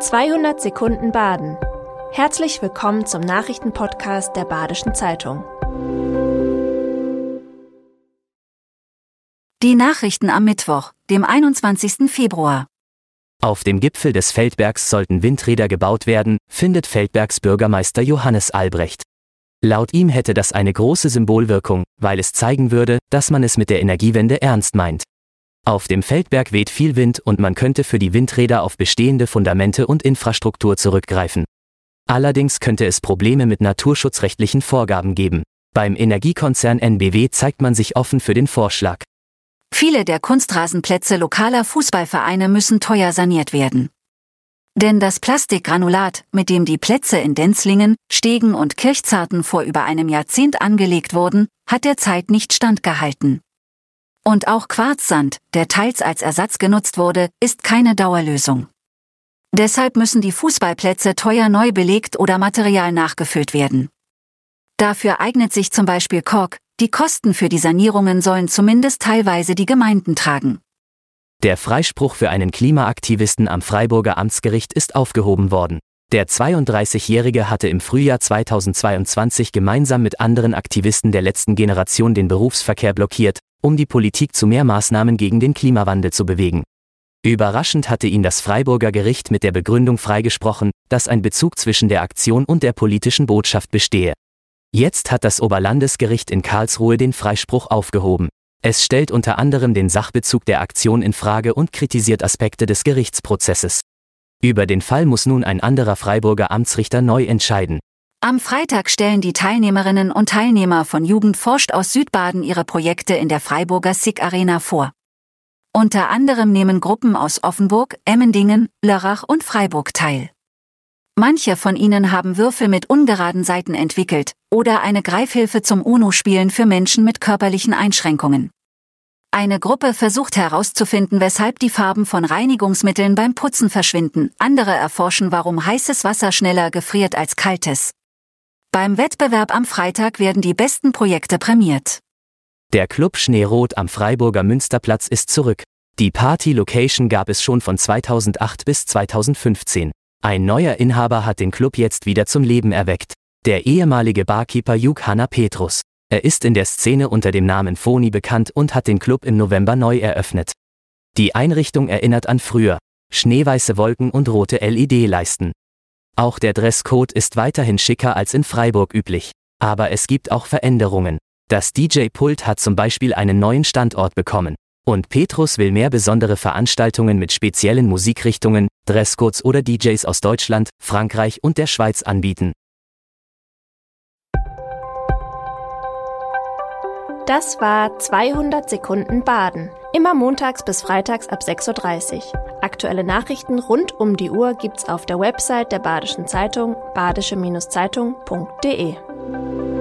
200 Sekunden Baden. Herzlich willkommen zum Nachrichtenpodcast der Badischen Zeitung. Die Nachrichten am Mittwoch, dem 21. Februar. Auf dem Gipfel des Feldbergs sollten Windräder gebaut werden, findet Feldbergs Bürgermeister Johannes Albrecht. Laut ihm hätte das eine große Symbolwirkung, weil es zeigen würde, dass man es mit der Energiewende ernst meint. Auf dem Feldberg weht viel Wind und man könnte für die Windräder auf bestehende Fundamente und Infrastruktur zurückgreifen. Allerdings könnte es Probleme mit naturschutzrechtlichen Vorgaben geben. Beim Energiekonzern NBW zeigt man sich offen für den Vorschlag. Viele der Kunstrasenplätze lokaler Fußballvereine müssen teuer saniert werden. Denn das Plastikgranulat, mit dem die Plätze in Denzlingen, Stegen und Kirchzarten vor über einem Jahrzehnt angelegt wurden, hat der Zeit nicht standgehalten. Und auch Quarzsand, der teils als Ersatz genutzt wurde, ist keine Dauerlösung. Deshalb müssen die Fußballplätze teuer neu belegt oder Material nachgefüllt werden. Dafür eignet sich zum Beispiel Kork, die Kosten für die Sanierungen sollen zumindest teilweise die Gemeinden tragen. Der Freispruch für einen Klimaaktivisten am Freiburger Amtsgericht ist aufgehoben worden. Der 32-Jährige hatte im Frühjahr 2022 gemeinsam mit anderen Aktivisten der letzten Generation den Berufsverkehr blockiert, um die Politik zu mehr Maßnahmen gegen den Klimawandel zu bewegen. Überraschend hatte ihn das Freiburger Gericht mit der Begründung freigesprochen, dass ein Bezug zwischen der Aktion und der politischen Botschaft bestehe. Jetzt hat das Oberlandesgericht in Karlsruhe den Freispruch aufgehoben. Es stellt unter anderem den Sachbezug der Aktion in Frage und kritisiert Aspekte des Gerichtsprozesses. Über den Fall muss nun ein anderer Freiburger Amtsrichter neu entscheiden. Am Freitag stellen die Teilnehmerinnen und Teilnehmer von Jugend forscht aus Südbaden ihre Projekte in der Freiburger SIG Arena vor. Unter anderem nehmen Gruppen aus Offenburg, Emmendingen, Lörrach und Freiburg teil. Manche von ihnen haben Würfel mit ungeraden Seiten entwickelt oder eine Greifhilfe zum UNO-Spielen für Menschen mit körperlichen Einschränkungen. Eine Gruppe versucht herauszufinden, weshalb die Farben von Reinigungsmitteln beim Putzen verschwinden. Andere erforschen, warum heißes Wasser schneller gefriert als kaltes. Beim Wettbewerb am Freitag werden die besten Projekte prämiert. Der Club Schneerot am Freiburger Münsterplatz ist zurück. Die Party-Location gab es schon von 2008 bis 2015. Ein neuer Inhaber hat den Club jetzt wieder zum Leben erweckt. Der ehemalige Barkeeper Hugh Hanna Petrus. Er ist in der Szene unter dem Namen Phony bekannt und hat den Club im November neu eröffnet. Die Einrichtung erinnert an früher. Schneeweiße Wolken und rote LED-Leisten. Auch der Dresscode ist weiterhin schicker als in Freiburg üblich. Aber es gibt auch Veränderungen. Das DJ-Pult hat zum Beispiel einen neuen Standort bekommen. Und Petrus will mehr besondere Veranstaltungen mit speziellen Musikrichtungen, Dresscodes oder DJs aus Deutschland, Frankreich und der Schweiz anbieten. Das war 200 Sekunden Baden. Immer montags bis freitags ab 6:30 Uhr. Aktuelle Nachrichten rund um die Uhr gibt's auf der Website der Badischen Zeitung, badische-zeitung.de.